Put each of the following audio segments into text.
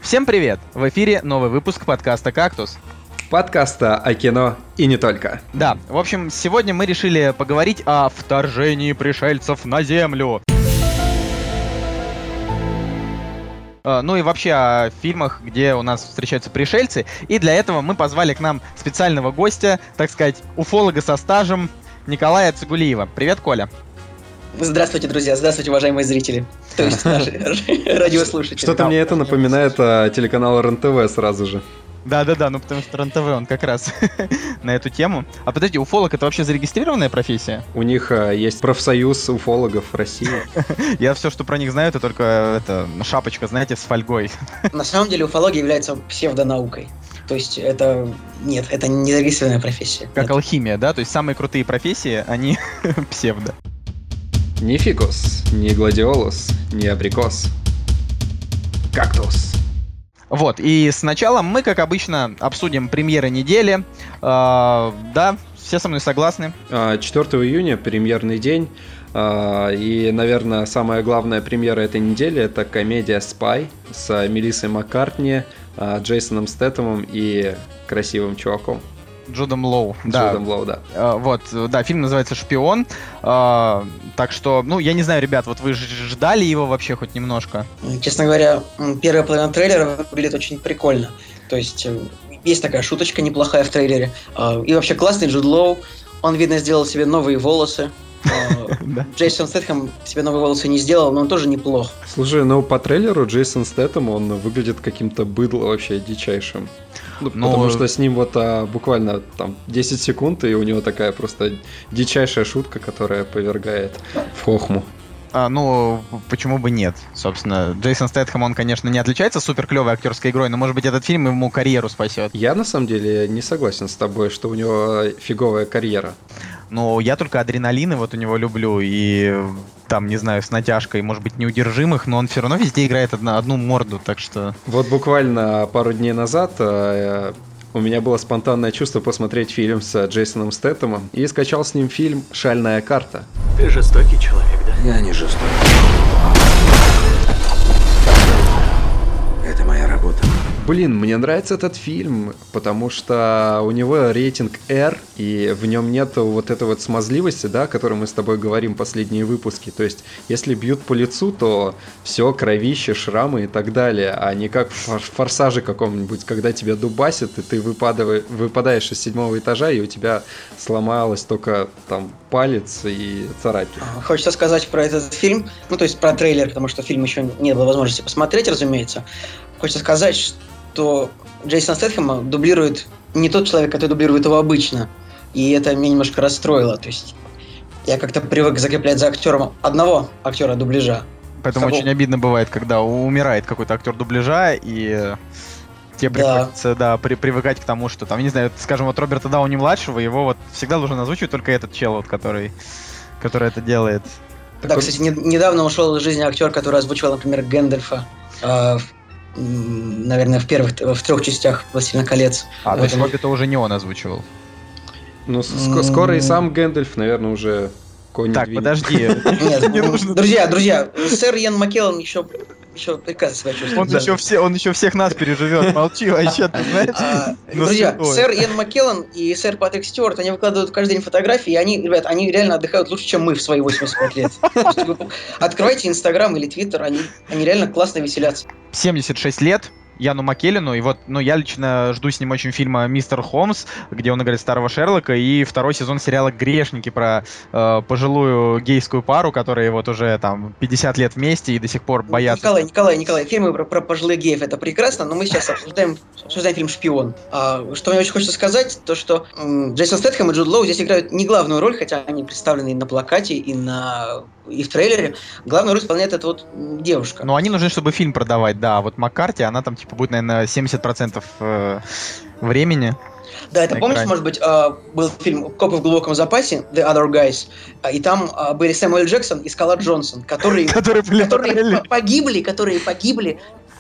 Всем привет! В эфире новый выпуск подкаста «Кактус». Подкаста о кино и не только. Да, в общем, сегодня мы решили поговорить о вторжении пришельцев на Землю. Ну и вообще о фильмах, где у нас встречаются пришельцы. И для этого мы позвали к нам специального гостя, так сказать, уфолога со стажем Николая Цигулиева. Привет, Коля. Здравствуйте, друзья. Здравствуйте, уважаемые зрители. То есть наши радиослушатели. Что-то мне это напоминает телеканал РЕН-ТВ сразу же. Да-да-да, ну потому что РЕН-ТВ, он как раз на эту тему. А подожди, уфолог — это вообще зарегистрированная профессия? У них есть профсоюз уфологов в России. Я все, что про них знаю, это только шапочка, знаете, с фольгой. На самом деле уфология является псевдонаукой. То есть это... Нет, это не зарегистрированная профессия. Как алхимия, да? То есть самые крутые профессии, они псевдо. Ни фикус, ни гладиолус, ни абрикос. Кактус. Вот, и сначала мы, как обычно, обсудим премьеры недели. Да, все со мной согласны. 4 июня премьерный день. И, наверное, самая главная премьера этой недели — это комедия «Спай» с Мелиссой Маккартни, Джейсоном Стэтхэмом и красивым чуваком. Джудом Лоу. Да. Вот, да, фильм называется «Шпион». Так что, ну, я не знаю, ребят, вот вы ждали его вообще хоть немножко? Честно говоря, первая половина трейлера выглядит очень прикольно. То есть есть такая шуточка неплохая в трейлере. И вообще классный Джуд Лоу. Он, видно, сделал себе новые волосы. Джейсон Стэтхэм себе новые волосы не сделал, но он тоже неплох. Слушай, ну по трейлеру Джейсон Стэтхэм, он выглядит каким-то быдло вообще дичайшим. Потому что с ним вот буквально там 10 секунд, и у него такая просто дичайшая шутка, которая повергает в хохму. Ну, почему бы нет? Собственно, Джейсон Стэтхэм, он, конечно, не отличается супер клевой актерской игрой, но, может быть, этот фильм ему карьеру спасет. Я, на самом деле, не согласен с тобой, что у него фиговая карьера. Ну, я только адреналины вот у него люблю, и там, не знаю, с натяжкой, может быть, неудержимых, но он все равно везде играет одну морду, так что... Вот буквально пару дней назад у меня было спонтанное чувство посмотреть фильм с Джейсоном Стэтхэмом и скачал с ним фильм «Шальная карта». Ты жестокий человек, да? Я не жестокий. Это моя работа. Блин, мне нравится этот фильм, потому что у него рейтинг R, и в нем нету вот этой вот смазливости, да, о которой мы с тобой говорим последние выпуски. То есть, если бьют по лицу, то все, кровище, шрамы и так далее, а не как в «Форсаже» каком-нибудь, когда тебя дубасит, и ты выпадаешь из 7-го этажа, и у тебя сломалось только там палец и царапина. Хочется сказать про этот фильм, ну, то есть про трейлер, потому что фильм еще не было возможности посмотреть, разумеется. Хочется сказать, что Джейсон Стэтхэма дублирует не тот человек, который дублирует его обычно. И это меня немножко расстроило. То есть я как-то привык закреплять за актером одного актера дубляжа. Поэтому очень обидно бывает, когда умирает какой-то актер дубляжа, и тебе приходится привыкать к тому, что там, не знаю, скажем, вот Роберта Дауни-младшего, его вот всегда должен озвучивать только этот чел, вот, который это делает. Да, кстати, недавно ушел из жизни актер, который озвучивал, например, Гэндальфа наверное, в 3 частях «Властелина колец». То есть Хоббита уже не он озвучивал? Ну, скоро и сам Гэндальф, наверное, уже конь так, двинет. подожди. Нет, друзья, сэр Иэн Маккеллан еще прекрасно себя чувствует. Он еще всех нас переживет. Молчи вообще, ты знаешь? Друзья, сэр Иэн Маккеллан и сэр Патрик Стюарт, они выкладывают каждый день фотографии, и они реально отдыхают лучше, чем мы в свои 85 лет. Откройте Инстаграм или Твиттер, они реально классно веселятся. 76 лет Яну Маккеллену, и вот, ну, я лично жду с ним очень фильма «Мистер Холмс», где он играет старого Шерлока, и 2 сезон сериала «Грешники» про пожилую гейскую пару, которые вот уже там 50 лет вместе и до сих пор боятся. Николай, фильмы про пожилых геев — это прекрасно, но мы сейчас обсуждаем фильм «Шпион». Что мне очень хочется сказать, то что Джейсон Стэтхэм и Джуд Лоу здесь играют не главную роль, хотя они представлены на плакате и в трейлере. Главную роль исполняет эта вот девушка. Но они нужны, чтобы фильм продавать, да. Вот Маккарти, она там типа будет, наверное, 70% времени. Да, это помните, может быть, был фильм «Копы в глубоком запасе», «The Other Guys», и там были Сэмюэл Джексон и Скала Джонсон, которые погибли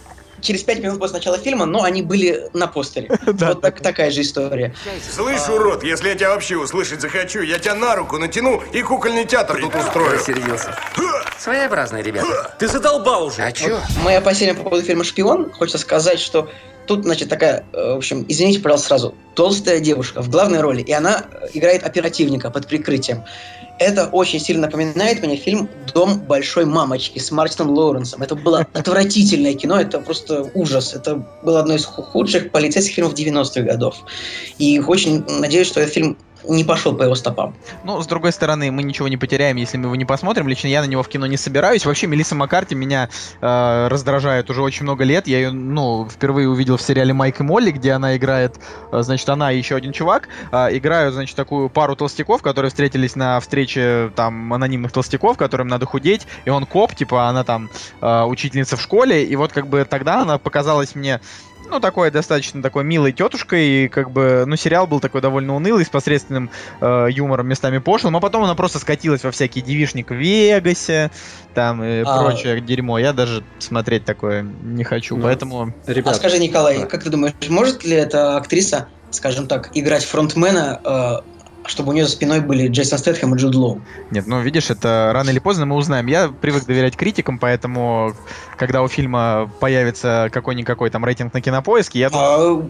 через 5 минут после начала фильма, но они были на постере. Вот такая же история. Слышь, урод, если я тебя вообще услышать захочу, я тебя на руку натяну и кукольный театр тут устрою. Серьезно. Своеобразные ребята. Ты задолбал уже. А чё? Мои опасения по поводу фильма «Шпион», хочется сказать, что тут, значит, такая, в общем, извините, пожалуйста, сразу, толстая девушка в главной роли, и она играет оперативника под прикрытием. Это очень сильно напоминает мне фильм «Дом большой мамочки» с Мартином Лоуренсом. Это было отвратительное кино, это просто ужас. Это было одно из худших полицейских фильмов 90-х годов. И очень надеюсь, что этот фильм не пошел по его стопам. Ну, с другой стороны, мы ничего не потеряем, если мы его не посмотрим. Лично я на него в кино не собираюсь. Вообще, Мелисса Маккарти меня раздражает уже очень много лет. Я ее, впервые увидел в сериале «Майк и Молли», где она играет, значит, она и еще один чувак играют, значит, такую пару толстяков, которые встретились на встрече, там, анонимных толстяков, которым надо худеть, и он коп, типа, она там учительница в школе, и вот, как бы, тогда она показалась мне такой достаточно такой милой тетушкой, и как бы, сериал был такой довольно унылый, с посредственным юмором, местами пошлым, а потом она просто скатилась во всякий девичник в Вегасе, там, и прочее дерьмо. Я даже смотреть такое не хочу, поэтому... Ребят, скажи, Николай, как ты думаешь, может ли эта актриса, скажем так, играть фронтмена, чтобы у нее за спиной были Джейсон Стэтхэм и Джуд Лоу? Нет, видишь, это рано или поздно мы узнаем. Я привык доверять критикам, поэтому, когда у фильма появится какой-никакой там рейтинг на Кинопоиске, я думаю...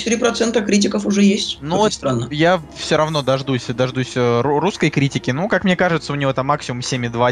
94% критиков уже есть. Странно. Я все равно дождусь русской критики. Как мне кажется, у него там максимум 7,2,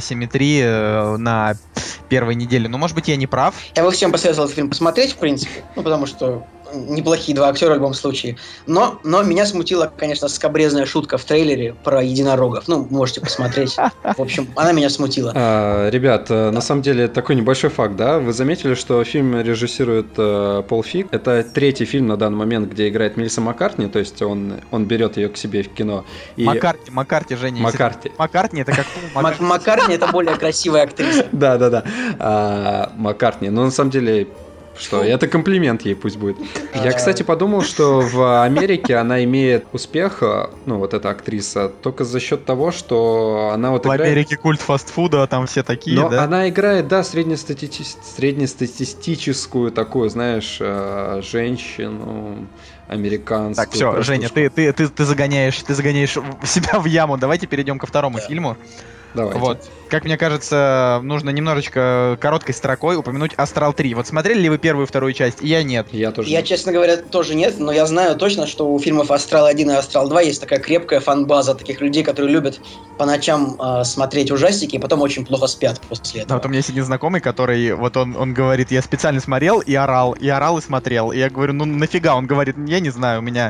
7,3 на первой неделе. Может быть, я не прав. Я бы всем посоветовал этот фильм посмотреть, в принципе, потому что неплохие два актера в любом случае. Но меня смутила, конечно, скабрезная шутка в трейлере про единорогов. Можете посмотреть. В общем, она меня смутила. Ребят, на самом деле такой небольшой факт, да? Вы заметили, что фильм режиссирует Пол Фиг? Это третий фильм на данный момент, где играет Мелисса Маккартни, то есть он берет ее к себе в кино. И... Маккарти, Женя. Маккарти. Маккартни это как... Маккартни это более красивая актриса. Да. Маккартни. Но на самом деле... Что, это комплимент ей пусть будет. Я, кстати, подумал, что в Америке она имеет успех, эта актриса, только за счет того, что она в играет... Америке культ фастфуда, там все такие, но она играет, среднестатистическую такую, знаешь, женщину... американскую. Так, все, Женя, ты загоняешь себя в яму. Давайте перейдем ко второму фильму. Давайте. Вот. Как мне кажется, нужно немножечко короткой строкой упомянуть «Астрал 3». Вот смотрели ли вы первую и вторую часть? Я нет. Я тоже. Я, честно говоря, тоже нет, но я знаю точно, что у фильмов «Астрал 1» и «Астрал 2» есть такая крепкая фан-база таких людей, которые любят по ночам смотреть ужастики и потом очень плохо спят после этого. Да, вот у меня есть один знакомый, который, вот он говорит, я специально смотрел и орал и смотрел. И я говорю, нафига? Он говорит, я не знаю, у меня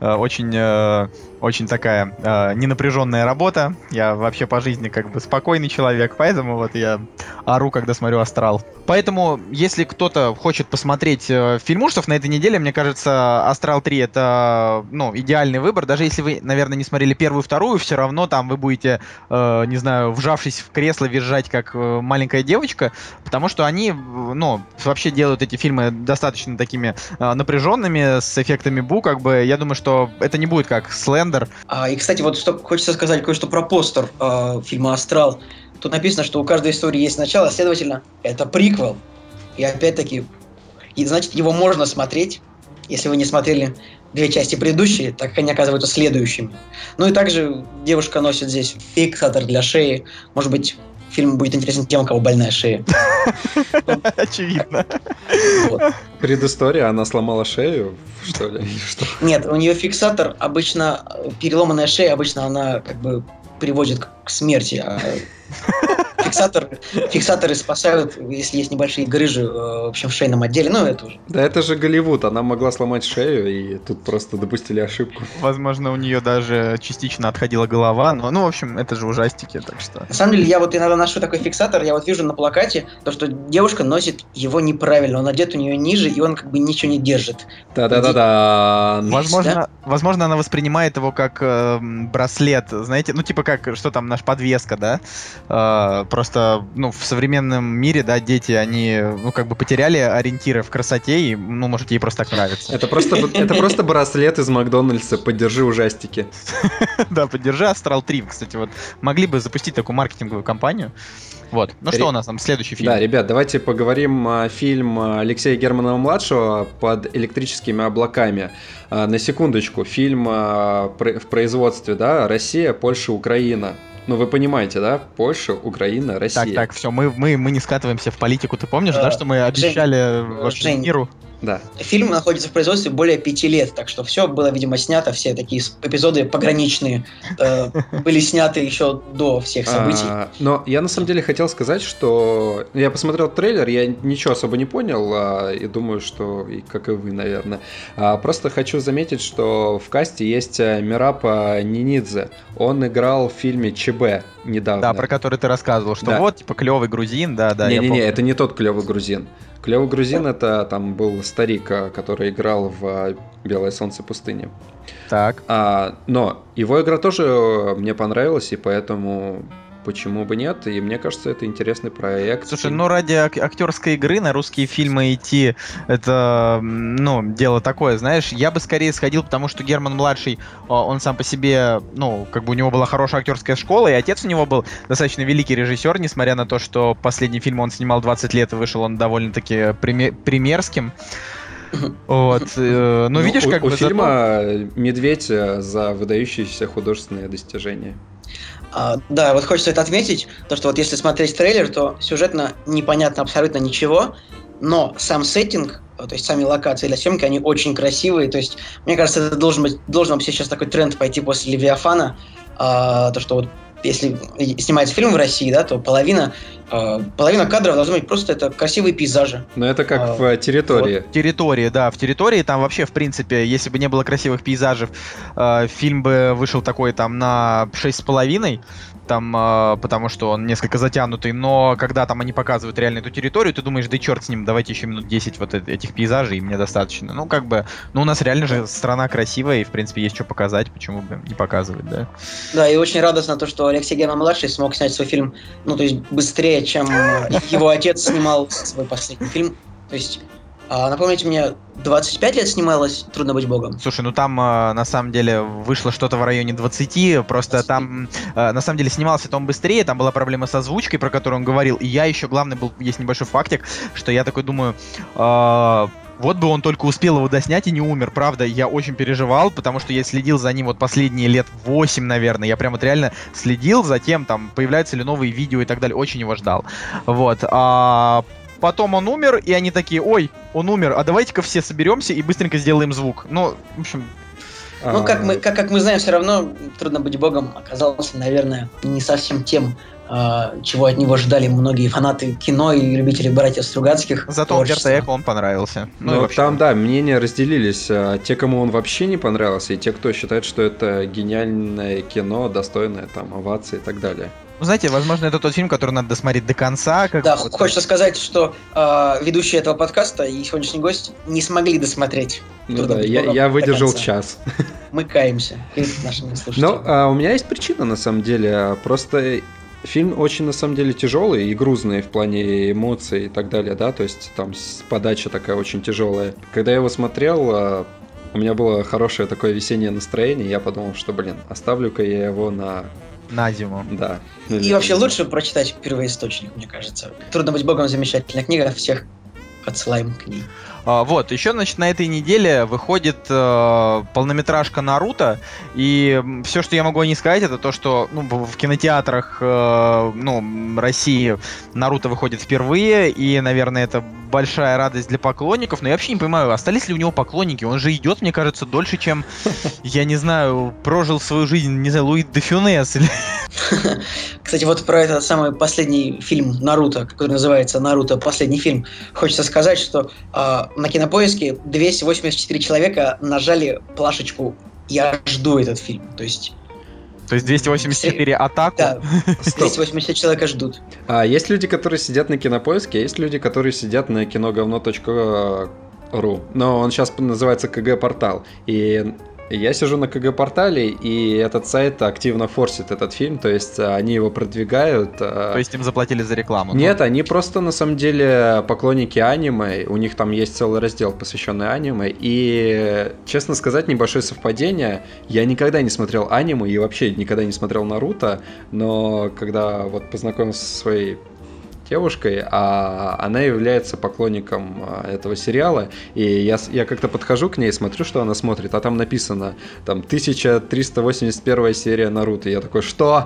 очень такая ненапряженная работа. Я вообще по жизни как бы спокойный человек, поэтому вот я ору, когда смотрю «Астрал». Поэтому, если кто-то хочет посмотреть фильмушев на этой неделе, мне кажется, «Астрал 3» — это, идеальный выбор. Даже если вы, наверное, не смотрели первую и вторую, все равно там вы будете, не знаю, вжавшись в кресло, визжать, как маленькая девочка, потому что они, вообще делают эти фильмы достаточно такими напряженными, с эффектами Бу, как бы. Я думаю, что это не будет как «Слендер». И, кстати, вот что хочется сказать кое-что про постер фильма «Астрал». Тут написано, что у каждой истории есть начало, следовательно, это приквел. И опять-таки, значит, его можно смотреть, если вы не смотрели две части предыдущие, так как они оказываются следующими. И также девушка носит здесь фиксатор для шеи. Может быть, фильм будет интересен тем, у кого больная шея. Очевидно. Предыстория, она сломала шею, что ли? Нет, у нее фиксатор, обычно переломанная шея, обычно она как бы приводит к смерти, а фиксаторы спасают, если есть небольшие грыжи, в общем, в шейном отделе, это уже. Да это же Голливуд, она могла сломать шею, и тут просто допустили ошибку. Возможно, у нее даже частично отходила голова, но в общем, это же ужастики, так что... На самом деле, я вот иногда ношу такой фиксатор, я вот вижу на плакате, то, что девушка носит его неправильно, он одет у нее ниже, и он как бы ничего не держит. Да-да-да-да. Возможно, она воспринимает его как браслет, знаете, как, что там, наша подвеска, да? просто, ну, в современном мире, да, дети, они, ну, как бы потеряли ориентиры в красоте, и, ну, может, ей просто так нравится. Это просто браслет из Макдональдса, поддержи ужастики. Да, поддержи Астрал 3, кстати, вот могли бы запустить такую маркетинговую кампанию. Вот. Ну что у нас там следующий фильм? Да, ребят, давайте поговорим о фильм Алексея Германова-младшего «Под электрическими облаками». На секундочку, фильм в производстве, да, Россия, Польша, Украина. Ну, вы понимаете, да? Польша, Украина, Россия. Так, все, мы не скатываемся в политику, ты помнишь, да, что мы обещали вообще миру? Да. Фильм находится в производстве более 5 лет, так что все было, видимо, снято, все такие эпизоды пограничные были сняты еще до всех событий. Но я на самом деле хотел сказать, что я посмотрел трейлер, я ничего особо не понял, и думаю, что, как и вы, наверное. Просто хочу заметить, что в касте есть Мираб Нинидзе. Он играл в фильме ЧБ недавно. Да, про который ты рассказывал, что да. Вот, типа, клевый грузин, да. Не-не-не, это не тот клевый грузин. Клевый грузин — это там был старик, который играл в «Белое солнце пустыни». Так. Но его игра тоже мне понравилась, и поэтому почему бы нет? И мне кажется, это интересный проект. Слушай, ну ради актерской игры на русские фильмы идти, это, ну, дело такое, знаешь. Я бы скорее сходил, потому что Герман-младший, он сам по себе, ну, как бы у него была хорошая актерская школа, и отец у него был достаточно великий режиссер, несмотря на то, что последний фильм он снимал 20 лет, и вышел он довольно-таки примерским. Вот. Ну, видишь, как у фильма «Медведь» за выдающиеся художественные достижения. Да, вот хочется это отметить, то что вот если смотреть трейлер, то сюжетно непонятно абсолютно ничего, но сам сеттинг, то есть сами локации для съемки, они очень красивые, то есть мне кажется, это должен вообще сейчас такой тренд пойти после «Левиафана», то что вот если снимается фильм в России, да, то половина кадров должно быть просто это красивые пейзажи. Но это как в «Территории». Вот, «Территория», да. В «Территории» там вообще, в принципе, если бы не было красивых пейзажей, фильм бы вышел такой там на 6,5, там, потому что он несколько затянутый, но когда там они показывают реально эту территорию, ты думаешь, да черт с ним, давайте еще минут 10 вот этих пейзажей, и мне достаточно. Ну, как бы, ну, у нас реально же страна красивая, и, в принципе, есть что показать, почему бы не показывать, да? Да, и очень радостно то, что Алексей Герман-младший смог снять свой фильм, ну, то есть быстрее, чем его отец снимал свой последний фильм. То есть, напомните мне, 25 лет снималось «Трудно быть богом». Слушай, ну там на самом деле вышло что-то в районе 20, просто 20. Там на самом деле снимался он быстрее, там была проблема с озвучкой, про которую он говорил, и я еще, главное, есть небольшой фактик, что я такой думаю... Вот бы он только успел его доснять и не умер. Правда, я очень переживал, потому что я следил за ним вот последние лет 8, наверное. Я прям вот реально следил за тем, там, появляются ли новые видео и так далее. Очень его ждал. Вот. Потом он умер, и они такие, ой, он умер, а давайте-ка все соберемся и быстренько сделаем звук. Ну, в общем... Ну, как мы знаем, все равно «Трудно быть богом» оказался, наверное, не совсем тем, чего от него ждали многие фанаты кино и любители братьев Стругацких. Зато Умберто Эко он понравился. Ну там, да, мнения разделились. Те, кому он вообще не понравился, и те, кто считает, что это гениальное кино, достойное там овации и так далее. Ну, знаете, возможно, это тот фильм, который надо досмотреть до конца. Да, хочется сказать, что ведущие этого подкаста и сегодняшний гость не смогли досмотреть. Ну да, я выдержал час. Мы каемся перед нашими слушателями. Но у меня есть причина, на самом деле. Просто фильм очень, на самом деле, тяжелый и грузный в плане эмоций и так далее, да, то есть там подача такая очень тяжелая. Когда я его смотрел, у меня было хорошее такое весеннее настроение, я подумал, что, оставлю-ка я его на зиму. Да. И вообще лучше прочитать первоисточник, мне кажется. «Трудно быть богом» — замечательная книга, всех отсылаем к ней. Вот, еще, значит, на этой неделе выходит полнометражка «Наруто», и все, что я могу о ней сказать, это то, что в кинотеатрах России «Наруто» выходит впервые, и, наверное, это большая радость для поклонников, но я вообще не понимаю, остались ли у него поклонники, он же идет, мне кажется, дольше, чем, я не знаю, прожил свою жизнь, не знаю, Луи де Фюнес. Кстати, вот про этот самый последний фильм «Наруто», который называется «Наруто. Последний фильм», хочется сказать, что на Кинопоиске 284 человека нажали плашечку «Я жду этот фильм». То есть 284 атаку? Да, 280 человека ждут. Есть люди, которые сидят на Кинопоиске, есть люди, которые сидят на киноговно.ру. Но он сейчас называется КГ-портал. И Я сижу на КГ-портале, и этот сайт активно форсит этот фильм, то есть они его продвигают. То есть им заплатили за рекламу? Нет, они просто на самом деле поклонники аниме, у них там есть целый раздел, посвященный аниме, и, честно сказать, небольшое совпадение, я никогда не смотрел аниме и вообще никогда не смотрел Наруто, но когда вот познакомился со своей девушкой, а она является поклонником этого сериала, и я как-то подхожу к ней, смотрю, что она смотрит, а там написано, там, 1381 серия Наруто, я такой, что?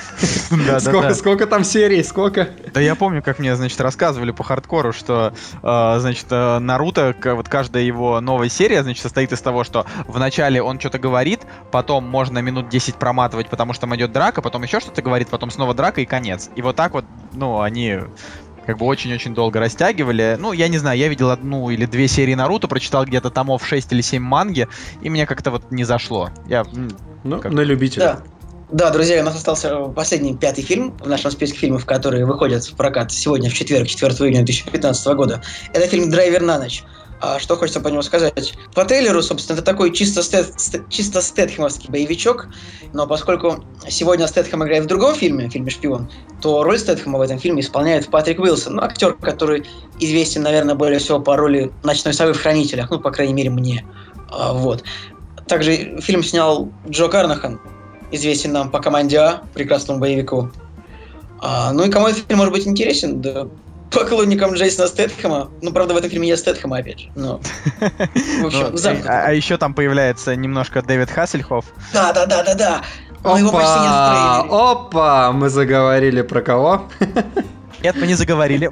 Сколько там серий, сколько? Да я помню, как мне, значит, рассказывали по хардкору, что, значит, Наруто, вот каждая его новая серия, значит, состоит из того, что вначале он что-то говорит, потом можно минут 10 проматывать, потому что там идет драка, потом еще что-то говорит, потом снова драка и конец. И вот так вот, ну, они как бы очень-очень долго растягивали. Ну, я не знаю, я видел 1 или 2 серии Наруто, прочитал где-то томов 6 или 7 манги, и мне как-то вот не зашло. На любителя. Да, друзья, у нас остался последний 5-й фильм в нашем списке фильмов, которые выходят в прокат сегодня, в четверг, 4 июня 2015 года. Это фильм «Драйвер на ночь». Что хочется по нему сказать? По трейлеру, собственно, это такой чисто стэтхэмовский боевичок, но поскольку сегодня Стэтхэм играет в другом фильме «Шпион», то роль Стэтхэма в этом фильме исполняет Патрик Уилсон, актер, который известен, наверное, более всего по роли ночной совы в «Хранителях», по крайней мере, мне. Вот. Также фильм снял Джо Карнахан, известен нам по «Команде А», прекрасному боевику. Ну и кому этот фильм может быть интересен? Да поклонникам Джейсона Стэтхэма. Ну, правда, в этом фильме нет Стэтхэма, опять же. В общем, а еще там появляется немножко Дэвид Хассельхофф. Да. Но его почти нет в трейлере. Опа! Мы заговорили про кого? Нет, мы не заговорили.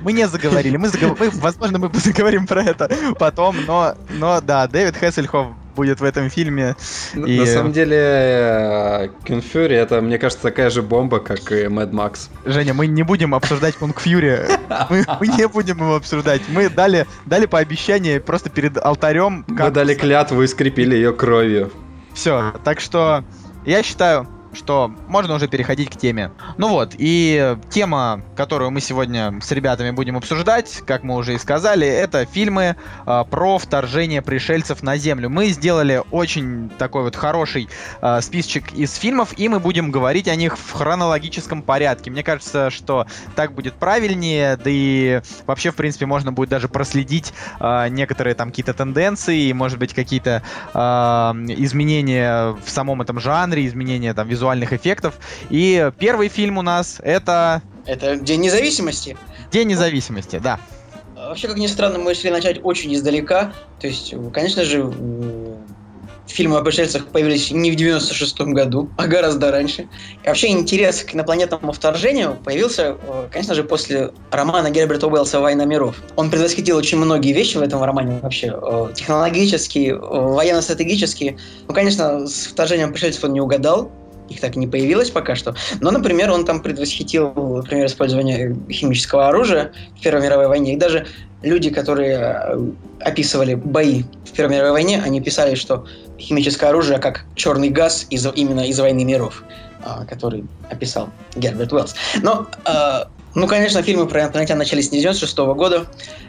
Возможно, мы заговорим про это потом, но да, Дэвид Хассельхофф будет в этом фильме. На самом деле, Кунг Фьюри — это, мне кажется, такая же бомба, как и Мэд Макс. Женя, мы не будем обсуждать Кунг Фьюри. Мы не будем его обсуждать. Мы дали по обещанию просто перед алтарем. Мы дали клятву и скрепили ее кровью. Все, так что я считаю, что можно уже переходить к теме. Ну вот, и тема, которую мы сегодня с ребятами будем обсуждать, как мы уже и сказали, это фильмы про вторжение пришельцев на Землю. Мы сделали очень такой вот хороший списочек из фильмов, и мы будем говорить о них в хронологическом порядке. Мне кажется, что так будет правильнее, да и вообще, в принципе, можно будет даже проследить некоторые там какие-то тенденции, может быть, какие-то изменения в самом этом жанре, изменения там визуальных эффектов. И первый фильм у нас это День независимости. День независимости, да. Вообще, как ни странно, мы решили начать очень издалека. То есть, конечно же, фильмы о пришельцах появились не в 96-м году, а гораздо раньше. И вообще интерес к инопланетному вторжению появился, конечно же, после романа Герберта Уэллса «Война миров». Он предвосхитил очень многие вещи в этом романе вообще. Технологические, военно-стратегические. Ну, конечно, с вторжением пришельцев он не угадал. Их так и не появилось пока что. Но, например, он там предвосхитил, например, использование химического оружия в Первой мировой войне. И даже люди, которые описывали бои в Первой мировой войне, они писали, что химическое оружие как черный газ именно из «Войны миров», который описал Герберт Уэллс. Но, конечно, фильмы про инопланетян начались не с 96 года.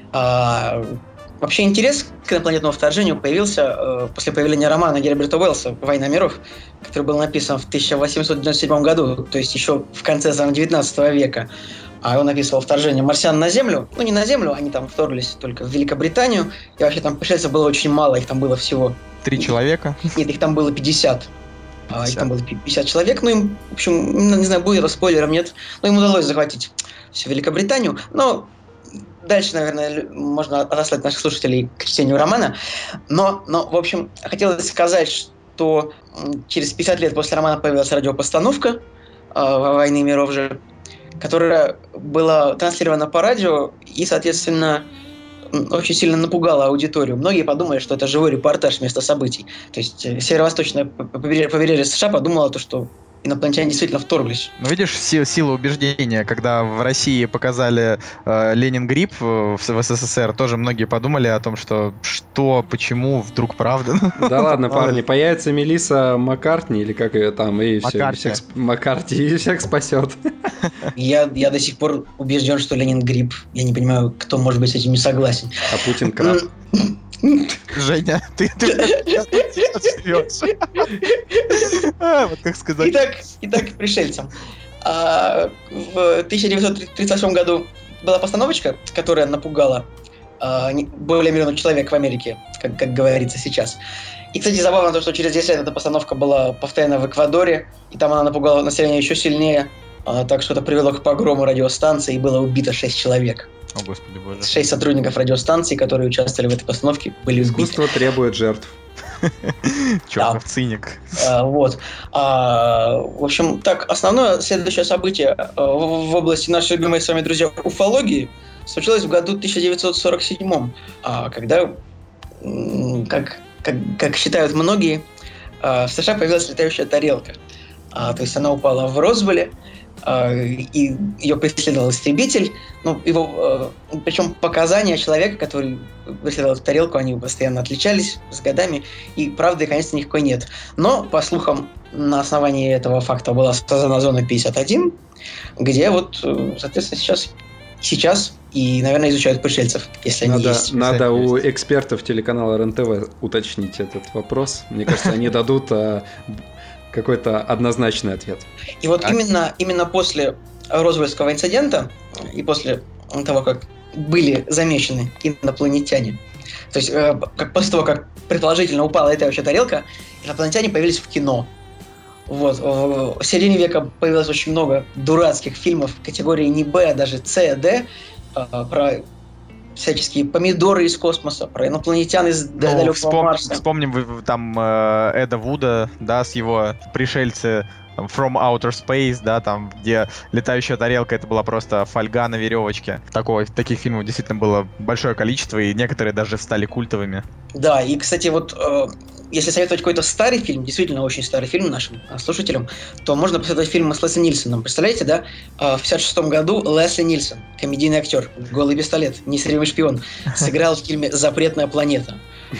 Вообще интерес к инопланетному вторжению появился после появления романа Герберта Уэллса «Война миров», который был написан в 1897 году, то есть еще в конце 19 века. А он описывал вторжение марсиан на Землю. Ну, не на Землю, они там вторглись только в Великобританию. И вообще там пришельцев было очень мало, их там было всего... 3 человека? Нет, их там было 50. Их там было 50 человек. Ну, им, в общем, не знаю, будет спойлером, нет. Но им удалось захватить всю Великобританию. Но дальше, наверное, можно отослать наших слушателей к чтению романа. Но в общем, хотелось сказать, что через 50 лет после романа появилась радиопостановка «Войны миров» же, которая была транслирована по радио и, соответственно, очень сильно напугала аудиторию. Многие подумали, что это живой репортаж вместо событий. То есть северо-восточное побережье США подумало, что инопланетяне действительно вторглись. Ну, видишь, сила убеждения, когда в России показали Ленин-грипп в СССР, тоже многие подумали о том, что почему, вдруг правда. Да ладно, парни, появится Мелисса Маккартни, или как ее там, и Маккарти, и всех спасет. Я до сих пор убежден, что Ленин-грипп. Я не понимаю, кто может быть с этим не согласен. А Путин краб. Женя, ты сейчас живешь. Вот как сказать. Итак, к пришельцам. В 1938 году была постановочка, которая напугала более миллиона человек в Америке, как говорится сейчас. И, кстати, забавно то, что через 10 лет эта постановка была повторена в Эквадоре, и там она напугала население еще сильнее, так что это привело к погрому радиостанции, и было убито 6 человек. О, Господи Боже. 6 сотрудников радиостанции, которые участвовали в этой постановке, были убиты. Искусство требует жертв. Чертов циник. Вот. В общем, так, основное следующее событие в области нашей любимой с вами, друзья, уфологии случилось в году 1947, когда, как считают многие, в США появилась летающая тарелка. То есть она упала в Розуэле, и ее преследовал истребитель. Причем показания человека, который преследовал эту тарелку, они постоянно отличались с годами, и правды, конечно, никакой нет. Но, по слухам, на основании этого факта была создана зона 51, где соответственно, сейчас и, наверное, изучают пришельцев, если они есть. Надо у экспертов телеканала РЕН-ТВ уточнить этот вопрос. Мне кажется, они дадут какой-то однозначный ответ. И вот именно после Розуэльского инцидента и после того, как были замечены инопланетяне, то есть после того, как предположительно упала эта вообще тарелка, инопланетяне появились в кино. Вот. В середине века появилось очень много дурацких фильмов категории не Б, а даже С, Д, про всяческие помидоры из космоса, про инопланетян из далекого Марса. Вспомним там Эда Вуда, да, с его пришельцы From Outer Space, да, там, где летающая тарелка, это была просто фольга на веревочке. Таких фильмов действительно было большое количество, и некоторые даже стали культовыми. Да, и, кстати, если советовать какой-то старый фильм, действительно очень старый фильм нашим слушателям, то можно посоветовать фильм с Лесли Нильсоном. Представляете, да? В 1956 году Лесли Нильсон, комедийный актер, голый пистолет, несерийный шпион, сыграл в фильме «Запретная планета».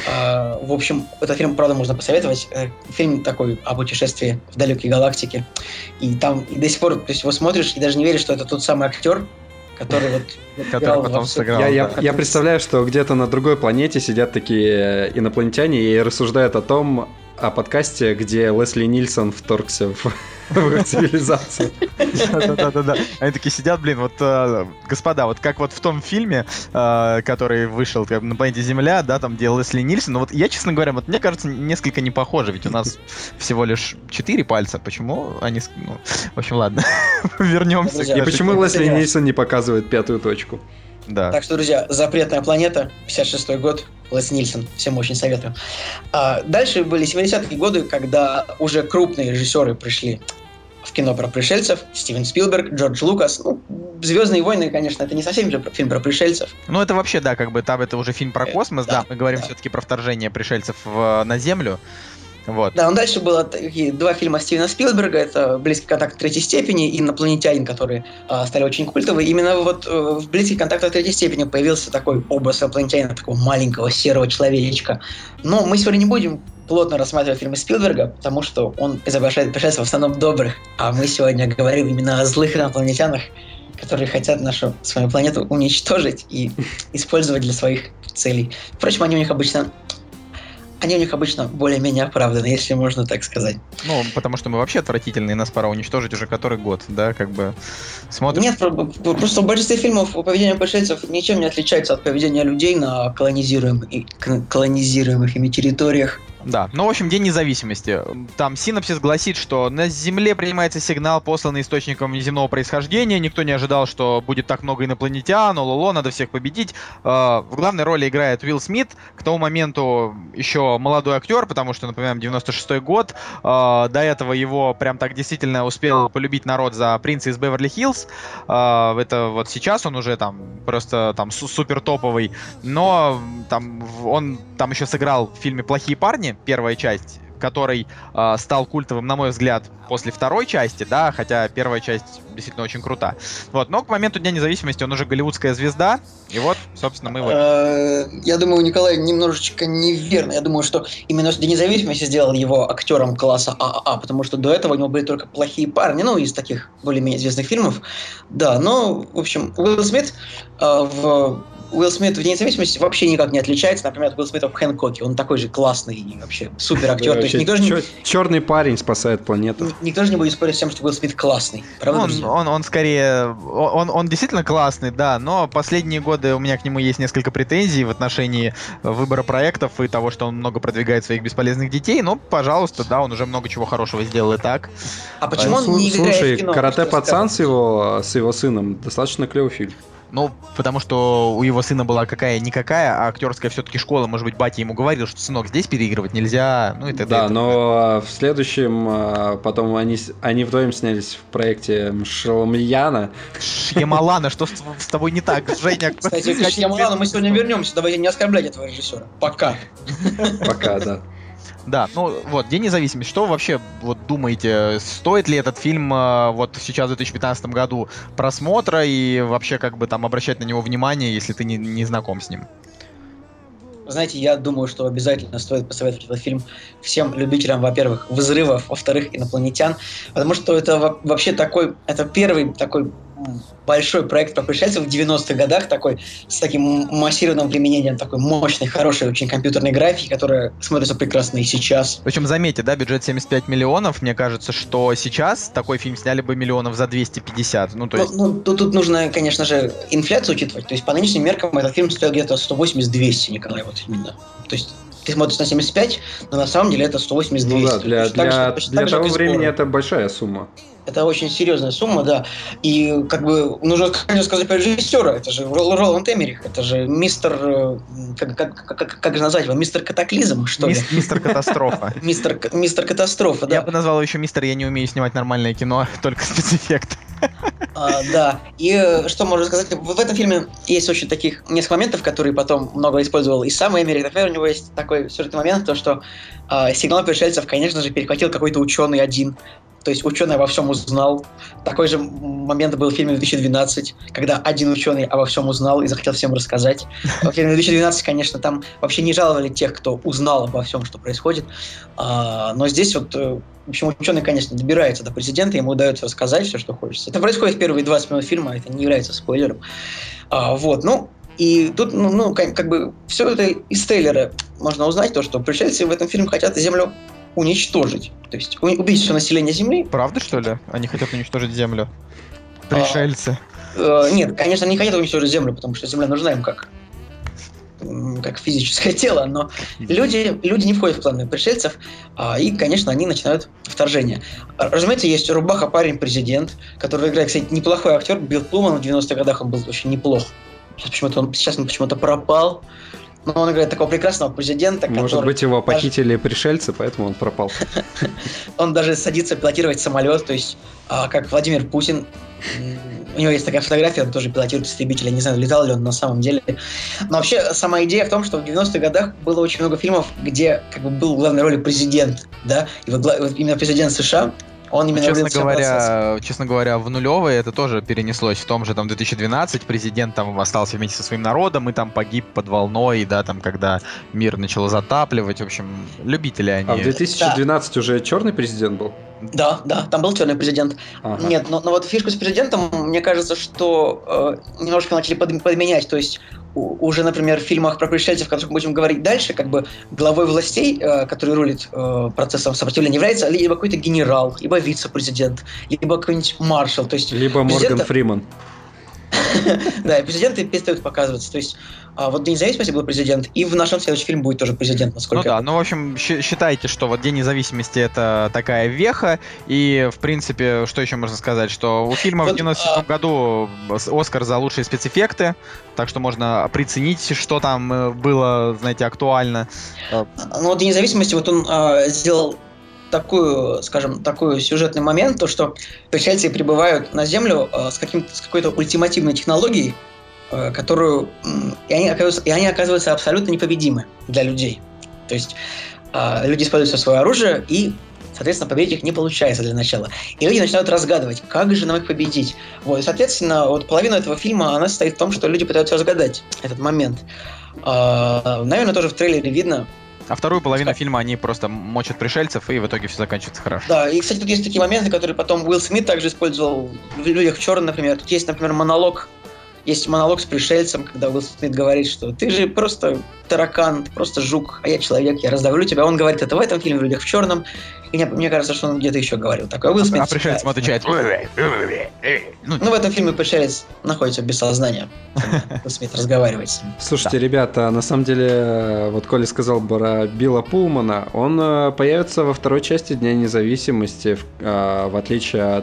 В общем, этот фильм, правда, можно посоветовать. Фильм такой о путешествии в далекие галактики. И там и до сих пор, то есть его смотришь и даже не веришь, что это тот самый актер, который потом сыграл. Я представляю, что где-то на другой планете сидят такие инопланетяне и рассуждают о подкасте, где Лесли Нильсон вторгся в цивилизацию. Да-да-да. Они такие сидят, господа, вот как в том фильме, который вышел на планете Земля, да, там, где Лесли Нильсон, но я, честно говоря, мне кажется, несколько не похоже, ведь у нас всего лишь 4 пальца, почему они... в общем, ладно, вернемся. И почему Лесли Нильсон не показывает пятую точку? Да. Так что, друзья, «Запретная планета», 56-й год, Лесли Нильсон, всем очень советую. Дальше были 70-е годы, когда уже крупные режиссеры пришли в кино про пришельцев. Стивен Спилберг, Джордж Лукас. «Звездные войны», конечно, это не совсем фильм про пришельцев. Это вообще, да, там это уже фильм про космос, да, мы говорим все-таки про вторжение пришельцев на Землю. Вот. Да, дальше было такие 2 фильма Стивена Спилберга, это «Близкий контакт третьей степени» и «Инопланетянин», которые стали очень культовые. Именно в «Близких контактах третьей степени» появился такой образ инопланетянина, такого маленького серого человечка. Но мы сегодня не будем плотно рассматривать фильмы Спилберга, потому что он изображает пришельцев в основном добрых, а мы сегодня говорим именно о злых инопланетянах, которые хотят нашу с вами планету уничтожить и использовать для своих целей. Впрочем, они у них обычно более-менее оправданы, если можно так сказать. Потому что мы вообще отвратительные, нас пора уничтожить уже который год, да, смотрим. Нет, просто в большинстве фильмов поведение пришельцев ничем не отличается от поведения людей на колонизируемых ими территориях. Да, в общем, День независимости. Там синопсис гласит, что на Земле принимается сигнал, посланный источником неземного происхождения. Никто не ожидал, что будет так много инопланетян. Надо всех победить. В главной роли играет Уилл Смит. К тому моменту еще молодой актер, потому что, напоминаем, 96-й год. До этого его прям так действительно успел полюбить народ за «Принца из Беверли-Хиллз». Это сейчас он уже просто супер топовый. Но он еще сыграл в фильме «Плохие парни», первая часть, который стал культовым, на мой взгляд, после второй части, да, хотя первая часть действительно очень крута. Но к моменту Дня независимости он уже голливудская звезда, и собственно, мы Я думаю, Николай немножечко неверно. Я думаю, что именно День независимости сделал его актером класса ААА, потому что до этого у него были только «Плохие парни», из таких более-менее известных фильмов. Да, в общем, Уилл Смит в Уилл Смит в «День независимости» вообще никак не отличается, например, от Уилла Смита в «Хэнкоке». Он такой же классный и вообще супер актер. То есть никто же черный парень спасает планету. Никто же не будет спорить с тем, что Уилл Смит классный. Правда, он скорее... Он действительно классный, да, но последние годы у меня к нему есть несколько претензий в отношении выбора проектов и того, что он много продвигает своих бесполезных детей. Но, пожалуйста, да, он уже много чего хорошего сделал и так. А почему он не играет в кино? «Карате-пацан» с его сыном достаточно клевый фильм. Ну, потому что у его сына была какая-никакая, а актерская все-таки школа, может быть, батя ему говорил, что, сынок, здесь переигрывать нельзя, ну и т.д. Да, но в следующем, потом они вдвоем снялись в проекте Шьямалана. Шьямалана, что с тобой не так, Женя? Кстати, к Шьямалану мы сегодня вернемся, давайте не оскорблять этого режиссера. Пока. Пока, да. Да, ну вот, День независимости. Что вы вообще вот думаете, стоит ли этот фильм вот сейчас в 2015 году просмотра и вообще как бы там обращать на него внимание, если ты не знаком с ним? Знаете, я думаю, что обязательно стоит посоветовать этот фильм всем любителям, во-первых, взрывов, во-вторых, инопланетян, потому что это вообще такой, это первый такой большой проект про пришельцев в 90-х годах, такой, с таким массированным применением такой мощной, хорошей очень компьютерной графики, которая смотрится прекрасно и сейчас. Причем, заметьте, да, бюджет 75 миллионов, мне кажется, что сейчас такой фильм сняли бы миллионов за 250, ну, то есть... Тут нужно, конечно же, инфляцию учитывать, то есть по нынешним меркам этот фильм стоил где-то 180-200, Николай, вот именно, то есть... Ты смотришь на 75, но на самом деле это 180-200. Ну да, для того времени это большая сумма. Это очень серьезная сумма, да. И как бы нужно, конечно, сказать про режиссера. Это же Роланд Эммерих, это же мистер... Как же назвать его? Мистер Катаклизм, что ли? Мистер Катастрофа. Мистер Катастрофа, да. Я бы назвал его еще мистер «Я не умею снимать нормальное кино», только спецэффекты. Да, и что можно сказать, в этом фильме есть очень таких несколько моментов, которые потом много использовал и сам Эмерих. Например, у него есть такой сюжетный момент, то что сигнал пришельцев, конечно же, перехватил какой-то ученый один. То есть ученый обо всем узнал. Такой же момент был в фильме 2012, когда один ученый обо всем узнал и захотел всем рассказать. В фильме 2012, конечно, там вообще не жаловали тех, кто узнал обо всем, что происходит. Но здесь вот, в общем, ученый, конечно, добирается до президента, ему удается рассказать все, что хочется. Это происходит в первые 20 минут фильма, это не является спойлером. Вот, ну, и тут, как бы, все это из трейлера можно узнать, то, что пришельцы в этом фильме хотят Землю уничтожить. То есть убить все население Земли. Правда, что ли? Они хотят уничтожить Землю? Пришельцы. Нет, конечно, они не хотят уничтожить Землю, потому что Земля нужна им как физическое тело, но люди не входят в планы пришельцев, и, конечно, они начинают вторжение. Разумеется, есть Рубаха парень президент, который играет, кстати, неплохой актер. Билл Пулман в 90-х годах он был очень неплох. Сейчас он почему-то пропал. Но он играет такого прекрасного президента, который... Может быть, его похитили пришельцы, поэтому он пропал. Он даже садится пилотировать самолет, то есть, как Владимир Путин. У него есть такая фотография, он тоже пилотирует истребитель. Я не знаю, летал ли он на самом деле. Но вообще, сама идея в том, что в 90-х годах было очень много фильмов, где как бы был в главной роли президент, да, и вот именно президент США. Он именно честно говоря, в нулевые это тоже перенеслось. В том же там 2012 президент там остался вместе со своим народом и там погиб под волной, да, там когда мир начало затапливать. В общем, любители они. А в 2012 уже черный президент был? Да, там был черный президент. Ага. Нет, но вот фишку с президентом, мне кажется, что немножко начали подменять. То есть уже, например, в фильмах про пришельцев, о которых мы будем говорить дальше, как бы главой властей, который рулит процессом сопротивления, является либо какой-то генерал, либо вице-президент, либо какой-нибудь маршал. То есть либо Морган Фриман. Да, и президенты перестают показываться. То есть вот День независимости был президент, и в нашем следующем фильме будет тоже президент, насколько я помню. В общем, считайте, что вот День независимости это такая веха, и, в принципе, что еще можно сказать, что у фильма в 97 году Оскар за лучшие спецэффекты, так что можно приценить, что там было, знаете, актуально. Ну вот День независимости, вот он сделал такой сюжетный момент, то что пришельцы прибывают на Землю с какой-то ультимативной технологией, которую и они оказываются абсолютно непобедимы для людей. То есть люди используют все свое оружие, и, соответственно, победить их не получается для начала. И люди начинают разгадывать, как же нам их победить. Вот, и, соответственно, вот половина этого фильма, она состоит в том, что люди пытаются разгадать этот момент. Наверное, тоже в трейлере видно. А вторую половину фильма они просто мочат пришельцев, и в итоге все заканчивается хорошо. Да, и, кстати, тут есть такие моменты, которые потом Уилл Смит также использовал в «Людях в черном», например. Тут есть, например, монолог есть монолог с пришельцем, когда Уилл Смит говорит, что ты же просто таракан, ты просто жук, а я человек, я раздавлю тебя. Он говорит это в этом фильме, в «Людях в черном». И мне кажется, что он где-то еще говорил такое. Уилл Смит пришельцем отвечает. Ну, в этом фильме пришелец находится без сознания. Уилл Смит разговаривает с ним. Слушайте, ребята, на самом деле, вот Коля сказал про Билла Пулмана, он появится во второй части Дня независимости, в отличие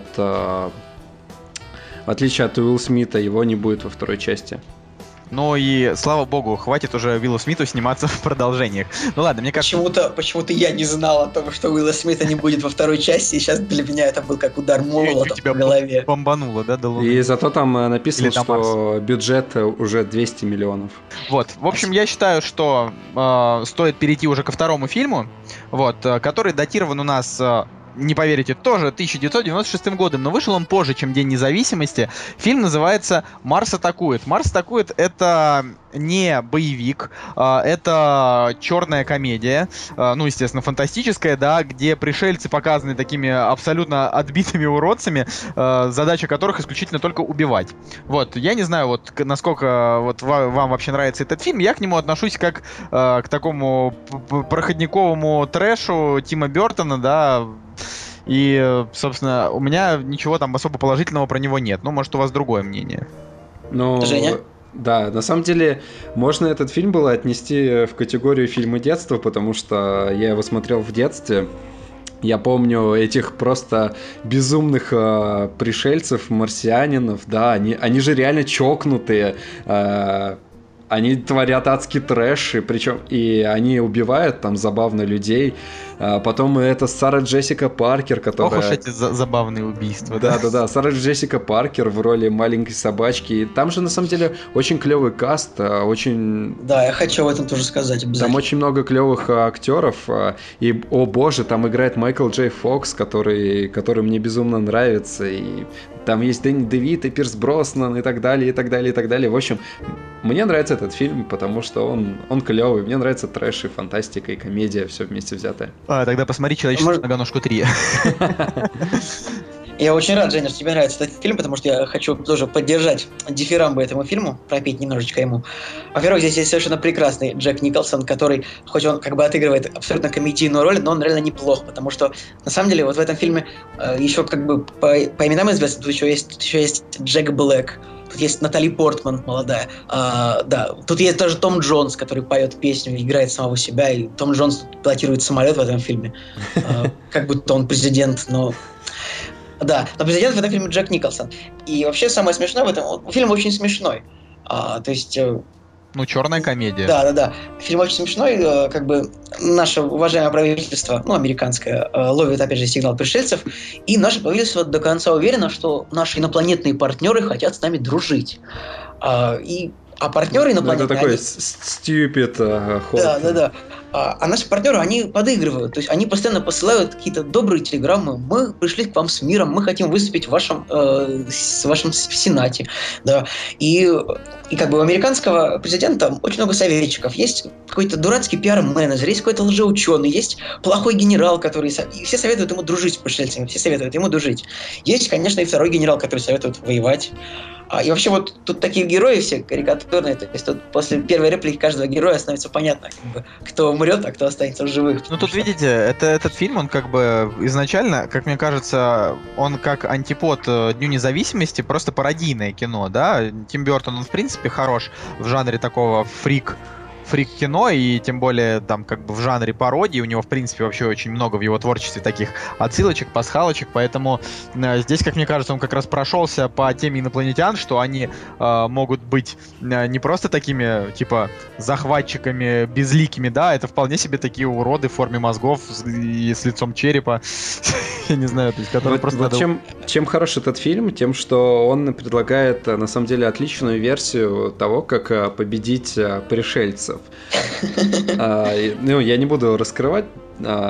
от Уилла Смита, его не будет во второй части. Ну и, слава богу, хватит уже Уиллу Смиту сниматься в продолжениях. Ну ладно, мне кажется... Почему-то я не знал о том, что Уилла Смита не будет во второй части, и сейчас для меня это был как удар молота в голове. Бомбануло, да, до луны? И зато там написано, что бюджет уже 200 миллионов. Вот, в общем, я считаю, что стоит перейти уже ко второму фильму, вот, который датирован у нас... не поверите, тоже 1996 годом, но вышел он позже, чем День независимости. Фильм называется «Марс атакует». «Марс атакует» — это не боевик, это черная комедия, ну, естественно, фантастическая, да, где пришельцы показаны такими абсолютно отбитыми уродцами, задача которых исключительно только убивать. Вот, я не знаю, вот, насколько вот вам вообще нравится этот фильм, я к нему отношусь как к такому проходниковому трэшу Тима Бёртона, да. И, собственно, у меня ничего там особо положительного про него нет. Ну, может, у вас другое мнение. Ну, Женя? Да, на самом деле, можно этот фильм было отнести в категорию фильма детства, потому что я его смотрел в детстве. Я помню этих просто безумных пришельцев, марсианинов, да, они же реально чокнутые. Они творят адский трэш, причем и они убивают там забавно людей. Потом это Сара Джессика Паркер, которая... Ох уж эти забавные убийства. Да. Сара Джессика Паркер в роли маленькой собачки. И там же, на самом деле, очень клевый каст, очень... Да, я хочу об этом тоже сказать обязательно. Там очень много клевых актеров. И, о боже, там играет Майкл Джей Фокс, который мне безумно нравится. И там есть Дэнни Девито, Пирс Броснан и так далее, и так далее, и так далее. В общем, мне нравится этот фильм, потому что он клевый. Мне нравится трэш и фантастика, и комедия, все вместе взятое. Тогда посмотри «Человеческую многоножку 3». Я очень рад, Женя, что тебе нравится этот фильм, потому что я хочу тоже поддержать дифирамбы этому фильму, пропеть немножечко ему. Во-первых, здесь есть совершенно прекрасный Джек Николсон, который, хоть он как бы отыгрывает абсолютно комедийную роль, но он реально неплох, потому что, на самом деле, вот в этом фильме еще как бы по именам известно, тут еще есть Джек Блэк, тут есть Натали Портман, молодая. Да, тут есть даже Том Джонс, который поет песню, играет самого себя, и Том Джонс пилотирует самолет в этом фильме. Как будто он президент, но... Да, но президент в этом фильме Джек Николсон. И вообще самое смешное в этом... Фильм очень смешной. То есть... Ну, черная комедия. Да. Фильм очень смешной. Как бы наше уважаемое правительство, ну, американское, ловит, опять же, сигнал пришельцев. И наше правительство до конца уверено, что наши инопланетные партнеры хотят с нами дружить. А партнеры инопланетные... Это такой stupid ход. Да. А наши партнеры, они подыгрывают. То есть они постоянно посылают какие-то добрые телеграммы. Мы пришли к вам с миром, мы хотим выступить в вашем Сенате. Да. И как бы у американского президента очень много советчиков. Есть какой-то дурацкий пиар-менеджер, есть какой-то лжеученый, есть плохой генерал, который... И все советуют ему дружить с пришельцами, все советуют ему дружить. Есть, конечно, и второй генерал, который советует воевать. И вообще вот тут такие герои все карикатурные, то есть тут после первой реплики каждого героя становится понятно, как бы, кто умрет, а кто останется в живых. Ну тут, видите, этот фильм, он как бы изначально, как мне кажется, он как антипод Дню независимости, просто пародийное кино, да? Тим Бёртон, он в принципе хорош в жанре такого фрик-кино, и тем более там как бы в жанре пародии, у него в принципе вообще очень много в его творчестве таких отсылочек, пасхалочек, поэтому здесь, как мне кажется, он как раз прошелся по теме инопланетян, что они могут быть не просто такими, типа, захватчиками безликими, да, это вполне себе такие уроды в форме мозгов и с лицом черепа, я не знаю, то есть, которые просто... Вот чем хорош этот фильм? Тем, что он предлагает, на самом деле, отличную версию того, как победить пришельцев. Ну, я не буду раскрывать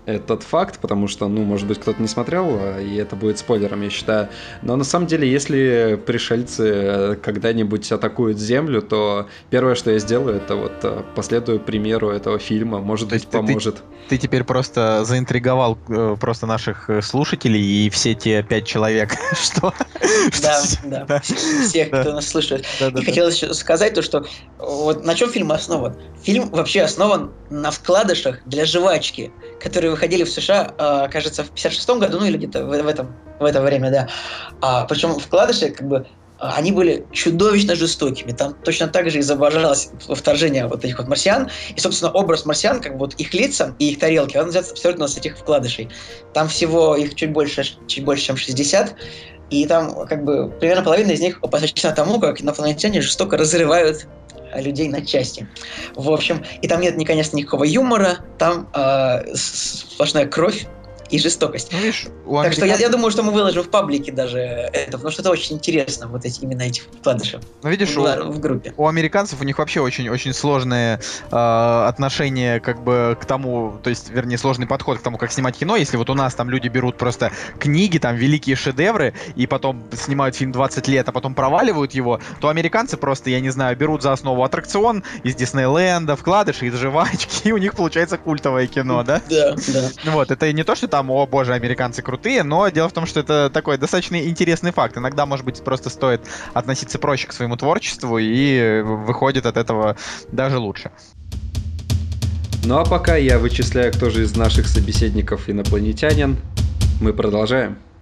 этот факт, потому что, может быть, кто-то не смотрел, и это будет спойлером, я считаю. Но на самом деле, если пришельцы когда-нибудь атакуют Землю, то первое, что я сделаю, это вот последую примеру этого фильма, может быть, поможет. Ты теперь просто заинтриговал просто наших слушателей и все те 5 человек, что... Да, всех, кто нас слушает. И хотелось еще сказать то, что вот на чем фильм основан. Фильм вообще основан на вкладышах для жвачки, которые выходили в США, кажется, в 56-м году, или где-то в это время, да. Причем вкладыши, как бы, они были чудовищно жестокими. Там точно так же изображалось вторжение вот этих вот марсиан. И, собственно, образ марсиан, как бы вот их лица и их тарелки, он взят абсолютно с этих вкладышей. Там всего их чуть больше, чем 60. И там, как бы, примерно половина из них посвящена тому, как инопланетяне жестоко разрывают людей на части. В общем, и там нет, конечно, никакого юмора, там сплошная кровь и жестокость. Ну, видишь, так что я думаю, что мы выложим в паблике даже это, потому что это очень интересно, вот именно эти вкладыши. Ну, видишь, в группе. У американцев у них вообще очень-очень сложные отношения как бы к тому, то есть, вернее, сложный подход к тому, как снимать кино. Если вот у нас там люди берут просто книги, там, великие шедевры, и потом снимают фильм 20 лет, а потом проваливают его, то американцы просто, я не знаю, берут за основу аттракцион из Диснейленда, вкладыши, из жвачки, и у них получается культовое кино, да? Да. Вот, это не то, что там, о боже, американцы крутые, но дело в том, что это такой достаточно интересный факт. Иногда, может быть, просто стоит относиться проще к своему творчеству, и выходит от этого даже лучше. Ну а пока я вычисляю, кто же из наших собеседников инопланетянин, мы продолжаем.